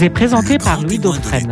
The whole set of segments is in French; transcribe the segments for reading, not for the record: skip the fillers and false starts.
vous est présenté par Louis Dauphren.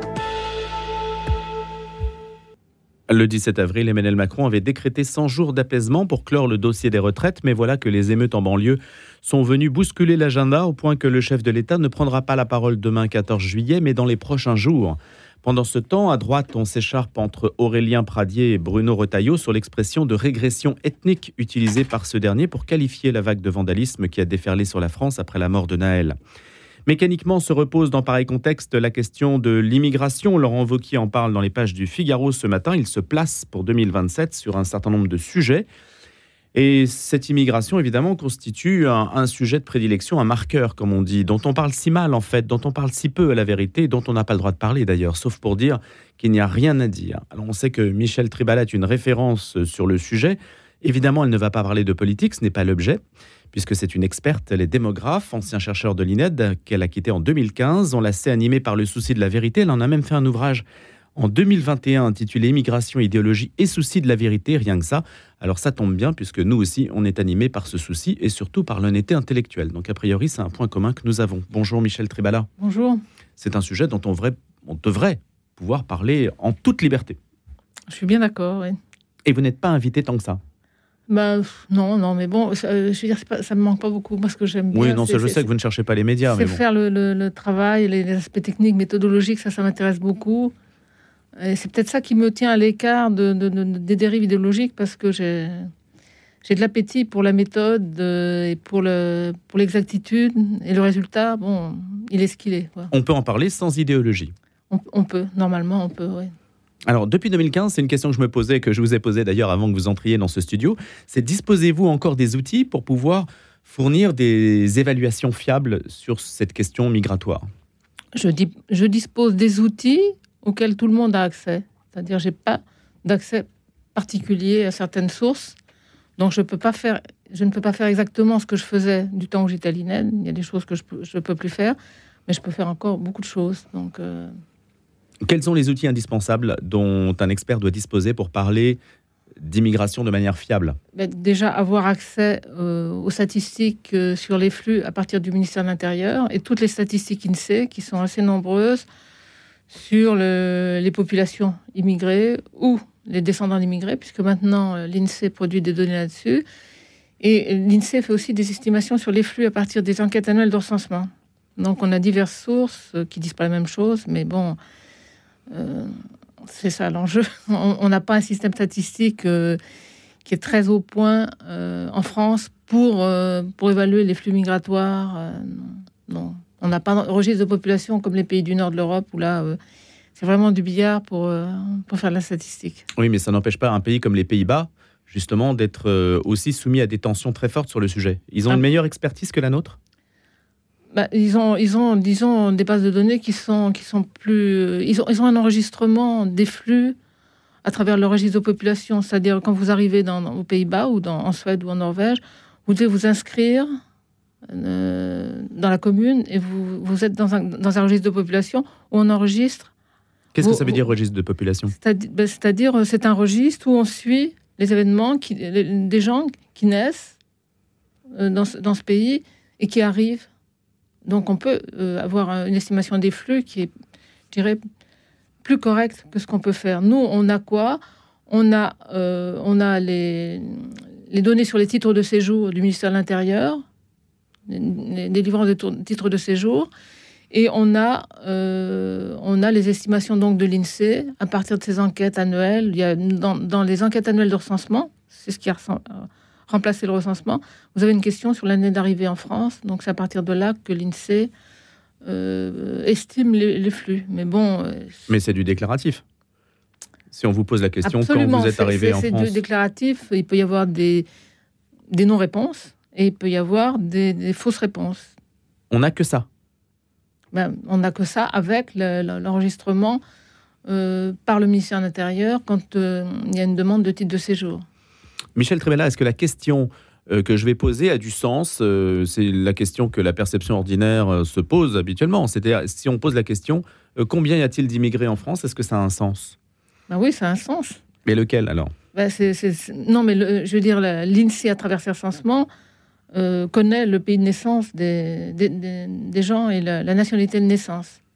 Le 17 avril, Emmanuel Macron avait décrété 100 jours d'apaisement pour clore le dossier des retraites, mais voilà que les émeutes en banlieue sont venues bousculer l'agenda au point que le chef de l'État ne prendra pas la parole demain 14 juillet, mais dans les prochains jours. Pendant ce temps, à droite, on s'écharpe entre Aurélien Pradié et Bruno Retailleau sur l'expression de régression ethnique utilisée par ce dernier pour qualifier la vague de vandalisme qui a déferlé sur la France après la mort de Naël. Mécaniquement se repose dans pareil contexte la question de l'immigration. Laurent Wauquiez en parle dans les pages du Figaro ce matin. Il se place pour 2027 sur un certain nombre de sujets. Et cette immigration, évidemment, constitue un sujet de prédilection, un marqueur, comme on dit, dont on parle si mal, en fait, dont on parle si peu à la vérité, dont on n'a pas le droit de parler d'ailleurs, sauf pour dire qu'il n'y a rien à dire. Alors on sait que Michèle Tribala est une référence sur le sujet. Évidemment, elle ne va pas parler de politique, ce n'est pas l'objet, puisque c'est une experte, elle est démographe, ancien chercheur de l'INED, qu'elle a quitté en 2015. On la sait animée par le souci de la vérité. Elle en a même fait un ouvrage en 2021 intitulé « Immigration, idéologie et souci de la vérité », rien que ça. Alors ça tombe bien, puisque nous aussi, on est animés par ce souci et surtout par l'honnêteté intellectuelle. Donc a priori, c'est un point commun que nous avons. Bonjour Michèle Tribala. Bonjour. C'est un sujet dont on devrait pouvoir parler en toute liberté. Je suis bien d'accord, oui. Et vous n'êtes pas invité tant que ça? Non, mais bon, je veux dire, ça me manque pas beaucoup. Moi, ce que j'aime bien, oui, non, je sais que vous ne cherchez pas les médias. C'est mais bon. Faire le travail, les aspects techniques, méthodologiques, ça m'intéresse beaucoup. Et c'est peut-être ça qui me tient à l'écart des dérives idéologiques, parce que j'ai de l'appétit pour la méthode et pour l'exactitude. Et le résultat, bon, il est ce qu'il est, quoi. On peut en parler sans idéologie. On peut, normalement, on peut, oui. Alors, depuis 2015, c'est une question que je me posais, que je vous ai posée d'ailleurs avant que vous entriez dans ce studio. C'est disposez-vous encore des outils pour pouvoir fournir des évaluations fiables sur cette question migratoire? Je dispose des outils auxquels tout le monde a accès. C'est-à-dire, j'ai pas d'accès particulier à certaines sources. Donc, je ne peux pas faire exactement ce que je faisais du temps où j'étais à l'INED. Il y a des choses que je ne peux plus faire, mais je peux faire encore beaucoup de choses. Donc... Quels sont les outils indispensables dont un expert doit disposer pour parler d'immigration de manière fiable? Déjà, avoir accès aux statistiques sur les flux à partir du ministère de l'Intérieur et toutes les statistiques INSEE, qui sont assez nombreuses, sur les populations immigrées ou les descendants d'immigrés, puisque maintenant l'INSEE produit des données là-dessus. Et l'INSEE fait aussi des estimations sur les flux à partir des enquêtes annuelles de recensement. Donc on a diverses sources qui disent pas la même chose, mais bon... c'est ça l'enjeu. On n'a pas un système statistique qui est très au point en France pour évaluer les flux migratoires. Non. On n'a pas un registre de population comme les pays du nord de l'Europe où là, c'est vraiment du billard pour faire de la statistique. Oui, mais ça n'empêche pas un pays comme les Pays-Bas, justement, d'être aussi soumis à des tensions très fortes sur le sujet. Ils ont une meilleure expertise que la nôtre? Ils ont, disons, des bases de données qui sont plus... Ils ont un enregistrement des flux à travers le registre de population. C'est-à-dire, quand vous arrivez aux Pays-Bas ou en Suède ou en Norvège, vous devez vous inscrire dans la commune et vous êtes dans un registre de population où on enregistre... Qu'est-ce que ça veut dire, registre de population? C'est-à-dire, c'est un registre où on suit les événements des gens qui naissent dans ce pays et qui arrivent. Donc, on peut avoir une estimation des flux qui est, je dirais, plus correcte que ce qu'on peut faire. Nous, on a quoi? On a les données sur les titres de séjour du ministère de l'Intérieur, les délivrances de titres de séjour, et on a les estimations donc de l'INSEE à partir de ces enquêtes annuelles. Il y a dans les enquêtes annuelles de recensement, c'est ce qui a remplacer le recensement, vous avez une question sur l'année d'arrivée en France. Donc, c'est à partir de là que l'INSEE estime les flux. Mais bon... Mais c'est du déclaratif. Si on vous pose la question, absolument, quand vous êtes arrivé en France... C'est du déclaratif. Il peut y avoir des non-réponses et il peut y avoir des fausses réponses. On n'a que ça? On n'a que ça avec l'enregistrement par le ministère de l'Intérieur quand il y a une demande de titre de séjour. Michèle Tribala, est-ce que la question que je vais poser a du sens? C'est la question que la perception ordinaire se pose habituellement. C'est-à-dire, si on pose la question, combien y a-t-il d'immigrés en France? Est-ce que ça a un sens? Oui, ça a un sens. Mais lequel, alors? Non, mais je veux dire, l'INSEE, à travers ses recensements, connaît le pays de naissance des gens et la nationalité de naissance.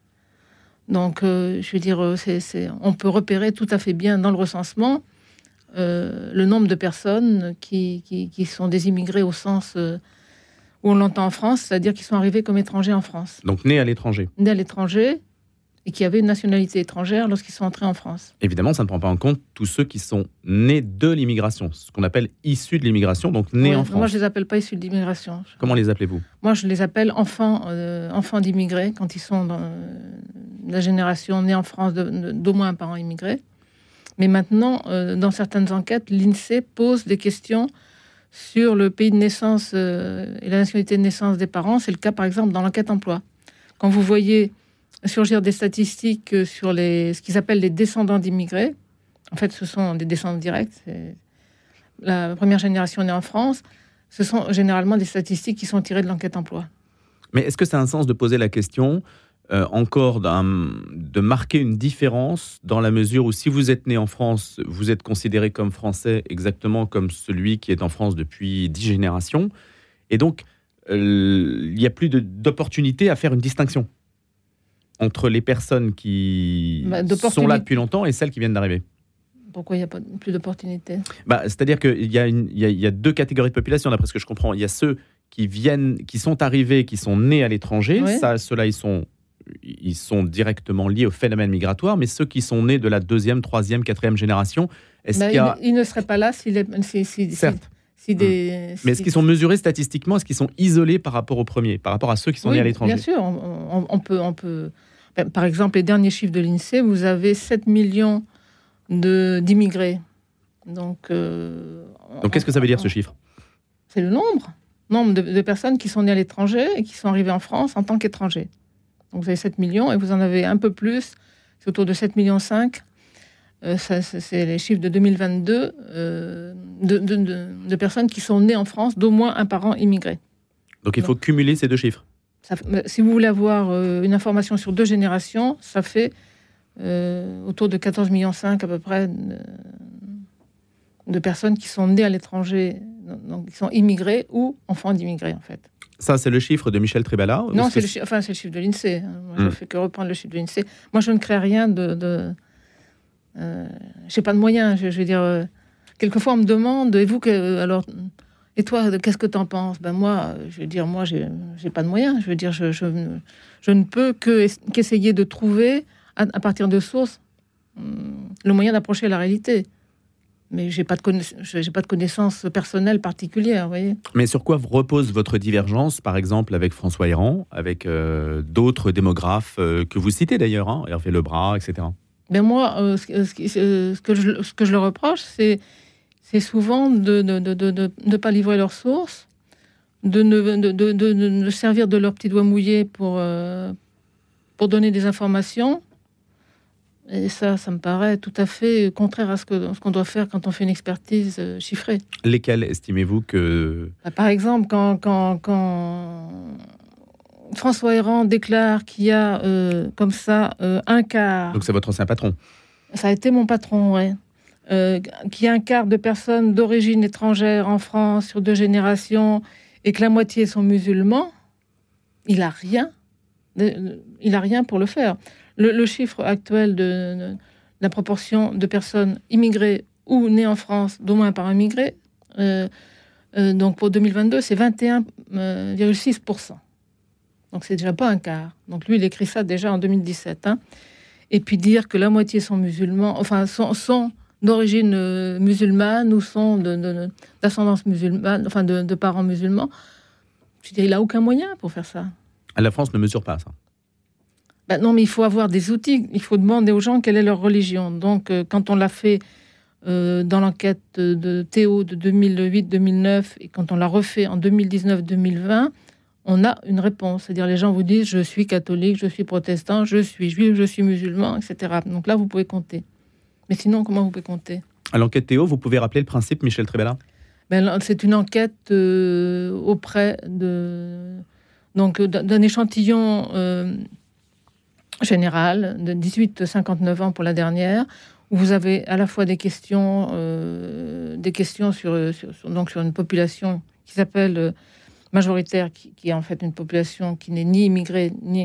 Donc, je veux dire, on peut repérer tout à fait bien dans le recensement le nombre de personnes qui sont des immigrés au sens où on l'entend en France, c'est-à-dire qui sont arrivés comme étrangers en France. Donc nés à l'étranger. Nés à l'étranger et qui avaient une nationalité étrangère lorsqu'ils sont entrés en France. Évidemment, ça ne prend pas en compte tous ceux qui sont nés de l'immigration, ce qu'on appelle issus de l'immigration, donc nés en France. Moi, je ne les appelle pas issus de l'immigration. Comment les appelez-vous ? Moi, je les appelle enfants d'immigrés, quand ils sont dans la génération née en France d'au moins un parent immigré. Mais maintenant, dans certaines enquêtes, l'INSEE pose des questions sur le pays de naissance et la nationalité de naissance des parents. C'est le cas, par exemple, dans l'enquête emploi. Quand vous voyez surgir des statistiques sur ce qu'ils appellent les descendants d'immigrés, en fait, ce sont des descendants directs. C'est la première génération née en France. Ce sont généralement des statistiques qui sont tirées de l'enquête emploi. Mais est-ce que ça a un sens de poser la question de marquer une différence dans la mesure où si vous êtes né en France, vous êtes considéré comme français exactement comme celui qui est en France depuis 10 générations. Et donc, il n'y a plus d'opportunité à faire une distinction entre les personnes qui sont là depuis longtemps et celles qui viennent d'arriver. Pourquoi il n'y a pas plus d'opportunité ? C'est-à-dire qu'il y a deux catégories de population, d'après ce que je comprends. Il y a ceux qui sont arrivés, qui sont nés à l'étranger. Oui. Ceux-là, ils sont directement liés au phénomène migratoire, mais ceux qui sont nés de la 2e, 3e, 4e génération, ils ne seraient pas là Certes. Mais est-ce qu'ils sont mesurés statistiquement ? Est-ce qu'ils sont isolés par rapport aux premiers, par rapport à ceux qui sont nés à l'étranger ? Bien sûr, on peut... Par exemple, les derniers chiffres de l'INSEE, vous avez 7 millions d'immigrés. Donc, qu'est-ce que ça veut dire, ce chiffre ? C'est le nombre de personnes qui sont nées à l'étranger et qui sont arrivées en France en tant qu'étrangers. Donc, vous avez 7 millions et vous en avez un peu plus, c'est autour de 7,5 millions. C'est les chiffres de 2022 de personnes qui sont nées en France d'au moins un parent immigré. Donc, il faut cumuler ces deux chiffres. Si vous voulez avoir une information sur 2 générations, ça fait autour de 14,5 millions à peu près de personnes qui sont nées à l'étranger, donc qui sont immigrés ou enfants d'immigrés, en fait. Ça, c'est le chiffre de Michel Trébala ? Non, c'est le chiffre de l'INSEE. Moi, je ne fais que reprendre le chiffre de l'INSEE. Moi, je ne crée rien je n'ai pas de moyens. Je veux dire, quelquefois, on me demande, et toi, qu'est-ce que tu en penses ? Moi, je veux dire, j'ai pas de moyens. Je veux dire, je ne peux qu'essayer de trouver, à partir de sources, le moyen d'approcher la réalité. Mais j'ai pas de connaissances personnelles particulières, vous voyez. Mais sur quoi repose votre divergence, par exemple, avec François Héran, avec d'autres démographes que vous citez d'ailleurs, Hervé Lebras, etc. Moi, ce que je leur reproche, c'est souvent de ne pas livrer leurs sources, de ne servir de leur petit doigt mouillé pour donner des informations. Et ça me paraît tout à fait contraire à ce qu'on doit faire quand on fait une expertise chiffrée. Lesquels estimez-vous que... Par exemple, quand François Héran déclare qu'il y a comme ça un quart... Donc c'est votre ancien patron ? Ça a été mon patron, oui. Qu'il y a un quart de personnes d'origine étrangère en France sur 2 générations et que la moitié sont musulmans, il n'a rien pour le faire. Le chiffre actuel de la proportion de personnes immigrées ou nées en France, d'au moins par immigré, donc pour 2022, c'est 21,6%. Donc c'est déjà pas un quart. Donc lui, il écrit ça déjà en 2017. Et puis dire que la moitié sont musulmans, enfin sont d'origine musulmane ou sont d'ascendance musulmane, enfin de parents musulmans, je dis, il n'a aucun moyen pour faire ça. La France ne mesure pas ça. Non, mais il faut avoir des outils. Il faut demander aux gens quelle est leur religion. Donc, quand on l'a fait dans l'enquête de Théo de 2008-2009 et quand on l'a refait en 2019-2020, on a une réponse. C'est-à-dire, les gens vous disent « je suis catholique, je suis protestant, je suis juif, je suis musulman », etc. Donc là, vous pouvez compter. Mais sinon, comment vous pouvez compter ? À l'enquête Théo, vous pouvez rappeler le principe, Michel Trébala ? C'est une enquête auprès d'un échantillon... général, de 18-59 ans pour la dernière, où vous avez à la fois des questions sur une population qui s'appelle majoritaire, qui est en fait une population qui n'est ni immigrée, ni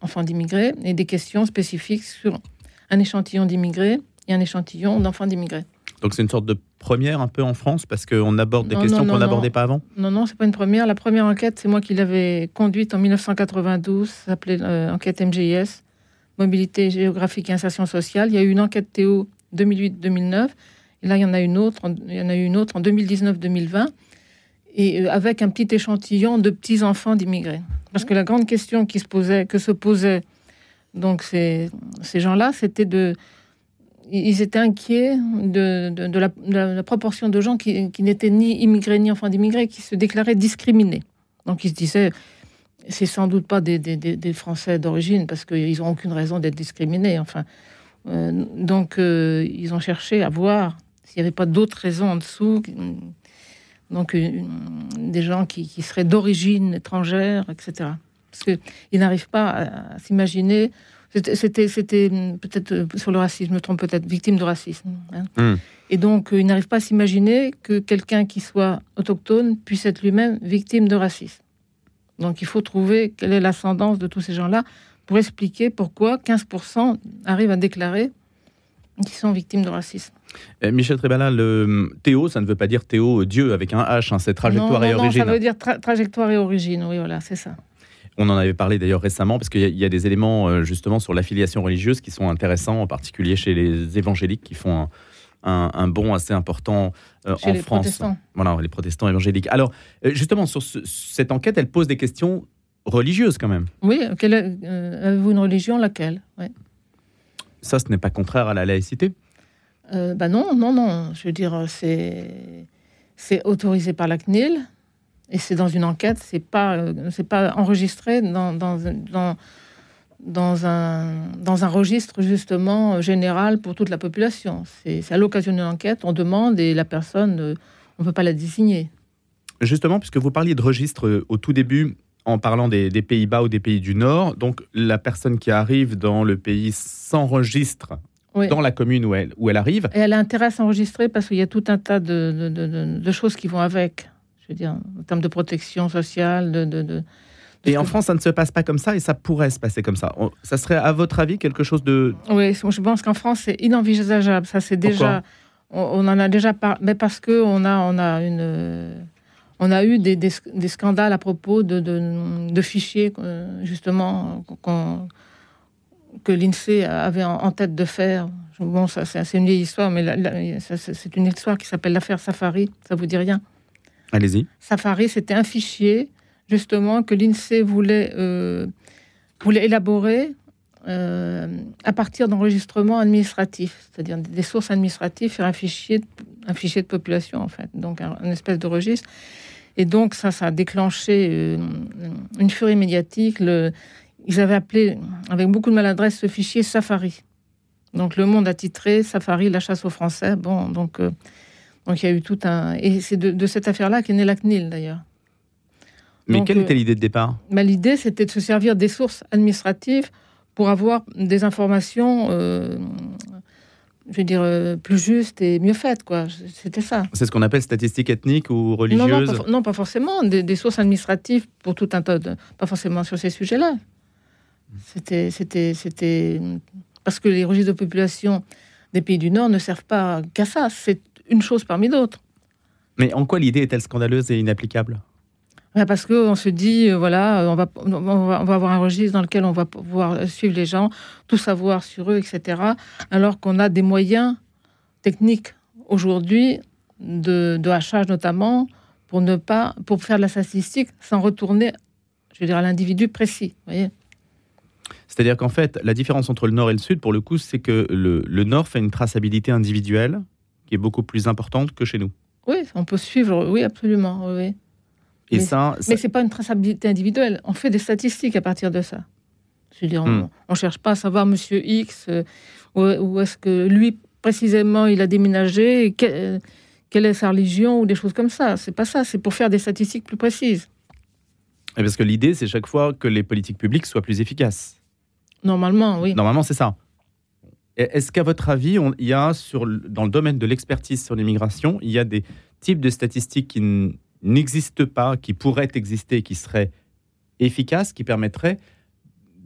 enfants d'immigrés et des questions spécifiques sur un échantillon d'immigrés et un échantillon d'enfants d'immigrés. Donc c'est une sorte de première un peu en France parce qu'on aborde des questions qu'on n'abordait pas avant. Non, c'est pas une première. La première enquête, c'est moi qui l'avais conduite en 1992. Ça s'appelait enquête MGIS, mobilité géographique et insertion sociale. Il y a eu une enquête Théo 2008-2009. Et là, il y en a eu une autre en 2019-2020. Et avec un petit échantillon de petits enfants d'immigrés. Parce que la grande question que se posaient donc ces gens-là, c'était ils étaient inquiets de la proportion de gens qui n'étaient ni immigrés ni enfants d'immigrés, qui se déclaraient discriminés. Donc ils se disaient, c'est sans doute pas des Français d'origine, parce qu'ils n'ont aucune raison d'être discriminés. Enfin, donc ils ont cherché à voir s'il n'y avait pas d'autres raisons en dessous. Donc des gens qui seraient d'origine étrangère, etc. Parce qu'ils n'arrivent pas à s'imaginer... C'était peut-être sur le racisme, je me trompe peut-être, victime de racisme. Et donc, ils n'arrivent pas à s'imaginer que quelqu'un qui soit autochtone puisse être lui-même victime de racisme. Donc, il faut trouver quelle est l'ascendance de tous ces gens-là pour expliquer pourquoi 15% arrivent à déclarer qu'ils sont victimes de racisme. Michel Trébala, le Théo, ça ne veut pas dire Théo, Dieu avec un H, c'est trajectoire et origine. Non, ça veut dire trajectoire et origine, oui, voilà, c'est ça. On en avait parlé d'ailleurs récemment, parce qu'il y a des éléments justement sur l'affiliation religieuse qui sont intéressants, en particulier chez les évangéliques qui font un bond assez important en chez les France. Protestants. Voilà, les protestants évangéliques. Alors, justement, sur cette enquête, elle pose des questions religieuses quand même. Oui, avez-vous une religion, laquelle? Ouais. Ça, ce n'est pas contraire à la laïcité? Non. Je veux dire, c'est autorisé par la CNIL. Et c'est dans une enquête, c'est pas enregistré dans un registre justement général pour toute la population. C'est à l'occasion d'une enquête, on demande et la personne, on peut pas la désigner. Justement, puisque vous parliez de registre au tout début, en parlant des Pays-Bas ou des pays du Nord, donc la personne qui arrive dans le pays s'enregistre dans la commune où elle arrive. Et elle a intérêt à s'enregistrer parce qu'il y a tout un tas de choses qui vont avec. Je veux dire, en termes de protection sociale, Et en France, ça ne se passe pas comme ça, et ça pourrait se passer comme ça. Ça serait, à votre avis, quelque chose de... Oui, je pense qu'en France, c'est inenvisageable. Ça, c'est déjà... On en a déjà parlé, mais parce qu'on a eu des scandales à propos de fichiers, justement, que l'INSEE avait en tête de faire. Bon, ça, c'est une vieille histoire, mais c'est une histoire qui s'appelle l'affaire Safari. Ça vous dit rien? Allez-y. Safari, c'était un fichier, justement, que l'INSEE voulait élaborer à partir d'enregistrements administratifs, c'est-à-dire des sources administratives, faire un fichier de population, en fait. Donc, un espèce de registre. Et donc, ça a déclenché une furie médiatique. Ils avaient appelé, avec beaucoup de maladresse, ce fichier Safari. Donc, Le Monde a titré « Safari, la chasse aux Français ». Bon, donc il y a eu tout un... Et c'est de cette affaire-là qu'est née la CNIL, d'ailleurs. Mais quelle était l'idée de départ? L'idée, c'était de se servir des sources administratives pour avoir des informations, plus justes et mieux faites, quoi. C'était ça. C'est ce qu'on appelle statistiques ethniques ou religieuses? Non, pas forcément. Des sources administratives pour tout un tas de... Pas forcément sur ces sujets-là. C'était... Parce que les registres de population des pays du Nord ne servent pas qu'à ça. C'est une chose parmi d'autres. Mais en quoi l'idée est-elle scandaleuse et inapplicable? Parce qu'on se dit, on va avoir un registre dans lequel on va pouvoir suivre les gens, tout savoir sur eux, etc. Alors qu'on a des moyens techniques aujourd'hui, de hachage notamment, pour faire de la statistique sans retourner, à l'individu précis. Vous voyez ? C'est-à-dire qu'en fait, la différence entre le Nord et le Sud, pour le coup, c'est que le Nord fait une traçabilité individuelle qui est beaucoup plus importante que chez nous. Oui, on peut suivre, oui, absolument, oui. Mais c'est pas une traçabilité individuelle. On fait des statistiques à partir de ça. Je veux dire, on cherche pas à savoir Monsieur X où est-ce que lui précisément il a déménagé, et quelle est sa religion ou des choses comme ça. C'est pas ça. C'est pour faire des statistiques plus précises. Et parce que l'idée, c'est chaque fois que les politiques publiques soient plus efficaces. Normalement, oui. Normalement, c'est ça. Est-ce qu'à votre avis, il y a dans le domaine de l'expertise sur l'immigration, il y a des types de statistiques qui n'existent pas, qui pourraient exister, qui seraient efficaces, qui permettraient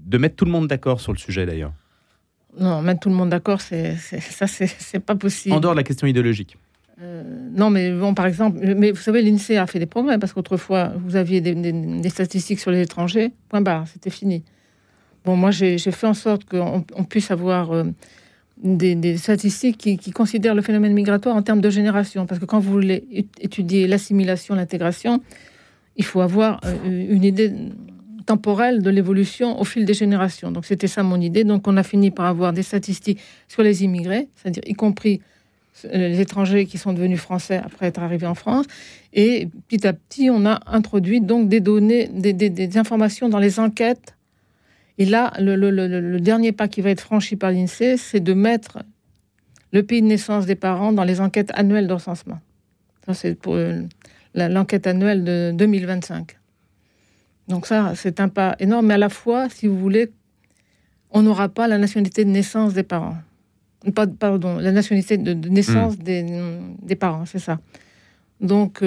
de mettre tout le monde d'accord sur le sujet, d'ailleurs. Non, mettre tout le monde d'accord, c'est pas possible. En dehors de la question idéologique. Non, mais bon, par exemple, mais vous savez, l'INSEE a fait des progrès, parce qu'autrefois, vous aviez des statistiques sur les étrangers, point barre, c'était fini. Bon, moi, j'ai fait en sorte qu'on puisse avoir des statistiques qui considèrent le phénomène migratoire en termes de génération, parce que quand vous voulez étudier l'assimilation, l'intégration, il faut avoir une idée temporelle de l'évolution au fil des générations. Donc, c'était ça mon idée. Donc, on a fini par avoir des statistiques sur les immigrés, c'est-à-dire y compris les étrangers qui sont devenus français après être arrivés en France. Et petit à petit, on a introduit donc des données, des informations dans les enquêtes. Et là, le dernier pas qui va être franchi par l'INSEE, c'est de mettre le pays de naissance des parents dans les enquêtes annuelles de recensement. Ça, c'est pour l'enquête annuelle de 2025. Donc ça, c'est un pas énorme. Mais à la fois, si vous voulez, on n'aura pas la nationalité de naissance des parents. Pardon, la nationalité de naissance des parents, c'est ça. Donc,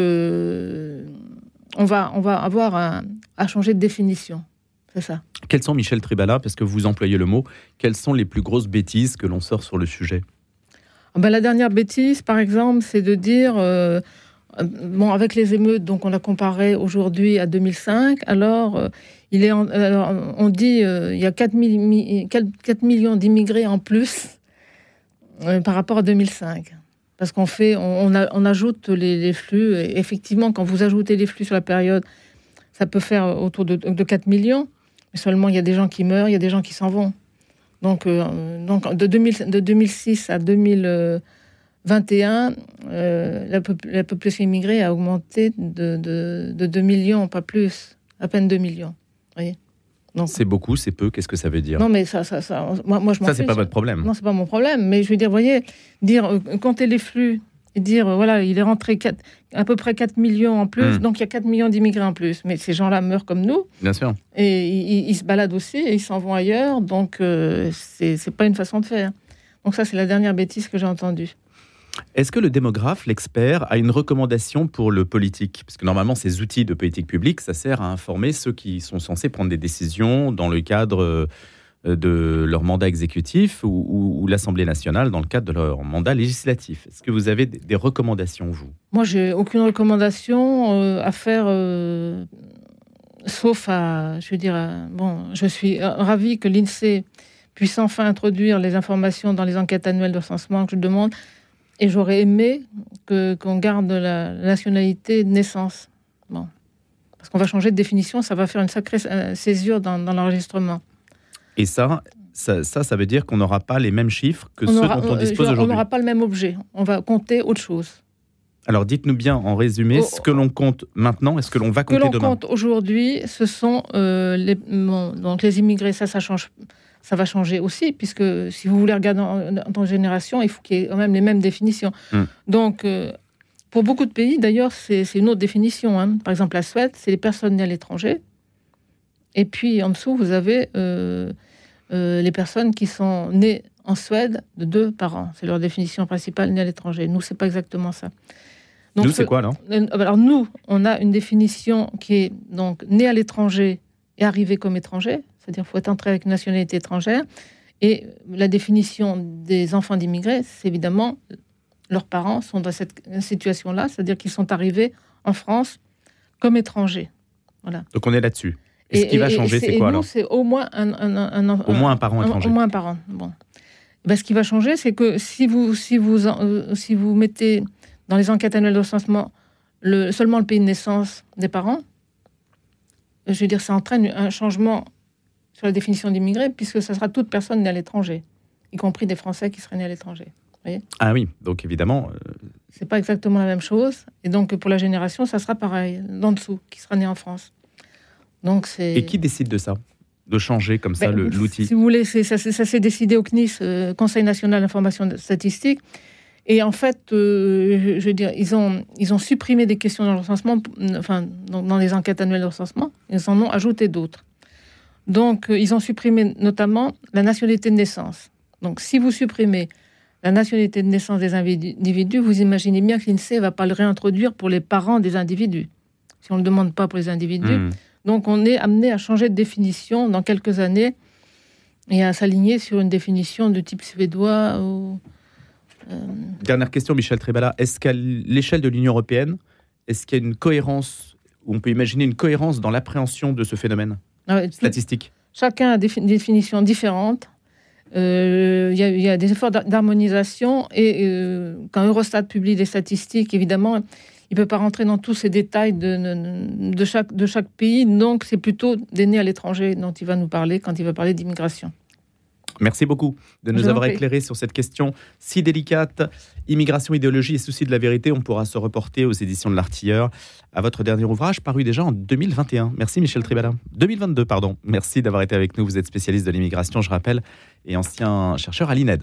on va avoir à changer de définition, c'est ça. Quelles sont, Michel Tribala, parce que vous employez le mot, quelles sont les plus grosses bêtises que l'on sort sur le sujet ? La dernière bêtise, par exemple, c'est de dire... avec les émeutes, donc on a comparé aujourd'hui à 2005, alors... on dit il y a 4 millions d'immigrés en plus par rapport à 2005. Parce on ajoute les flux. Et effectivement, quand vous ajoutez les flux sur la période, ça peut faire autour de 4 millions. Mais seulement, il y a des gens qui meurent, il y a des gens qui s'en vont. Donc de 2006 à 2021, la population immigrée a augmenté de 2 millions, pas plus. À peine 2 millions. Voyez. Donc, c'est beaucoup, c'est peu, qu'est-ce que ça veut dire ? Non, mais moi je m'en ça, c'est pas votre problème. Non, c'est pas mon problème. Mais je veux dire, voyez, compter les flux et dire, voilà, il est rentré à peu près 4 millions en plus, donc il y a 4 millions d'immigrés en plus. Mais ces gens-là meurent comme nous. Bien sûr. Et ils se baladent aussi, et ils s'en vont ailleurs. Donc, c'est pas une façon de faire. Donc ça, c'est la dernière bêtise que j'ai entendue. Est-ce que le démographe, l'expert, a une recommandation pour le politique ? Parce que normalement, ces outils de politique publique, ça sert à informer ceux qui sont censés prendre des décisions dans le cadre de leur mandat exécutif ou l'Assemblée nationale dans le cadre de leur mandat législatif. Est-ce que vous avez des recommandations, vous ? Moi, j'ai aucune recommandation à faire, sauf à... Je veux dire, je suis ravie que l'INSEE puisse enfin introduire les informations dans les enquêtes annuelles de recensement que je demande. Et j'aurais aimé qu'on garde la nationalité de naissance. Bon. Parce qu'on va changer de définition, ça va faire une sacrée césure dans l'enregistrement. Et ça veut dire qu'on n'aura pas les mêmes chiffres que ceux dont on dispose aujourd'hui. On n'aura pas le même objet. On va compter autre chose. Alors, dites-nous bien en résumé ce que l'on compte maintenant et ce que l'on va compter demain. Ce que l'on compte aujourd'hui, ce sont donc les immigrés. Ça change. Ça va changer aussi, puisque si vous voulez regarder en génération, il faut qu'il y ait quand même les mêmes définitions. Donc, pour beaucoup de pays, d'ailleurs, c'est une autre définition. Par exemple, la Suède, c'est les personnes nées à l'étranger. Et puis, en dessous, vous avez les personnes qui sont nées en Suède de 2 parents. C'est leur définition principale, nées à l'étranger. Nous, c'est pas exactement ça. Donc, nous, c'est quoi, alors ? Alors, nous, on a une définition qui est donc né à l'étranger et arrivé comme étranger. C'est-à-dire qu'il faut être entré avec une nationalité étrangère. Et la définition des enfants d'immigrés, c'est évidemment leurs parents sont dans cette situation-là, c'est-à-dire qu'ils sont arrivés en France comme étrangers. Voilà. Donc on est là-dessus. Et ce qui va changer, c'est quoi alors ? C'est au moins un parent étranger. Au moins un parent. Bon. Ce qui va changer, c'est que si vous mettez dans les enquêtes annuelles de recensement seulement le pays de naissance des parents, je veux dire, ça entraîne un changement sur la définition d'immigré, puisque ça sera toute personne née à l'étranger, y compris des Français qui seraient nés à l'étranger. Vous voyez ? Ah oui, donc évidemment... C'est pas exactement la même chose. Et donc, pour la génération, ça sera pareil, d'en dessous, qui sera né en France. Donc, c'est... Et qui décide de ça ? De changer comme ça l'outil ? Si vous voulez, ça s'est décidé au CNIS, Conseil national d'information statistique. Et en fait, je veux dire, ils ont supprimé des questions dans le recensement, dans les enquêtes annuelles de recensement. Ils en ont ajouté d'autres. Donc, ils ont supprimé notamment la nationalité de naissance. Donc, si vous supprimez la nationalité de naissance des individus, vous imaginez bien que l'INSEE ne va pas le réintroduire pour les parents des individus, si on ne le demande pas pour les individus. Donc, on est amené à changer de définition dans quelques années et à s'aligner sur une définition de type suédois. Dernière question, Michel Trébala. Est-ce qu'à l'échelle de l'Union européenne, est-ce qu'il y a une cohérence, ou on peut imaginer une cohérence dans l'appréhension de ce phénomène statistique ? Chacun a des définitions différentes. Il y a des efforts d'harmonisation et quand Eurostat publie des statistiques, évidemment, il ne peut pas rentrer dans tous ces détails de chaque pays. Donc, c'est plutôt des nés à l'étranger dont il va nous parler quand il va parler d'immigration. Merci beaucoup de nous avoir éclairé sur cette question si délicate. Immigration, idéologie et souci de la vérité, on pourra se reporter aux éditions de l'Artilleur à votre dernier ouvrage paru déjà en 2021. Merci Michel Trébala. 2022, pardon. Merci d'avoir été avec nous. Vous êtes spécialiste de l'immigration, je rappelle, et ancien chercheur à l'INED.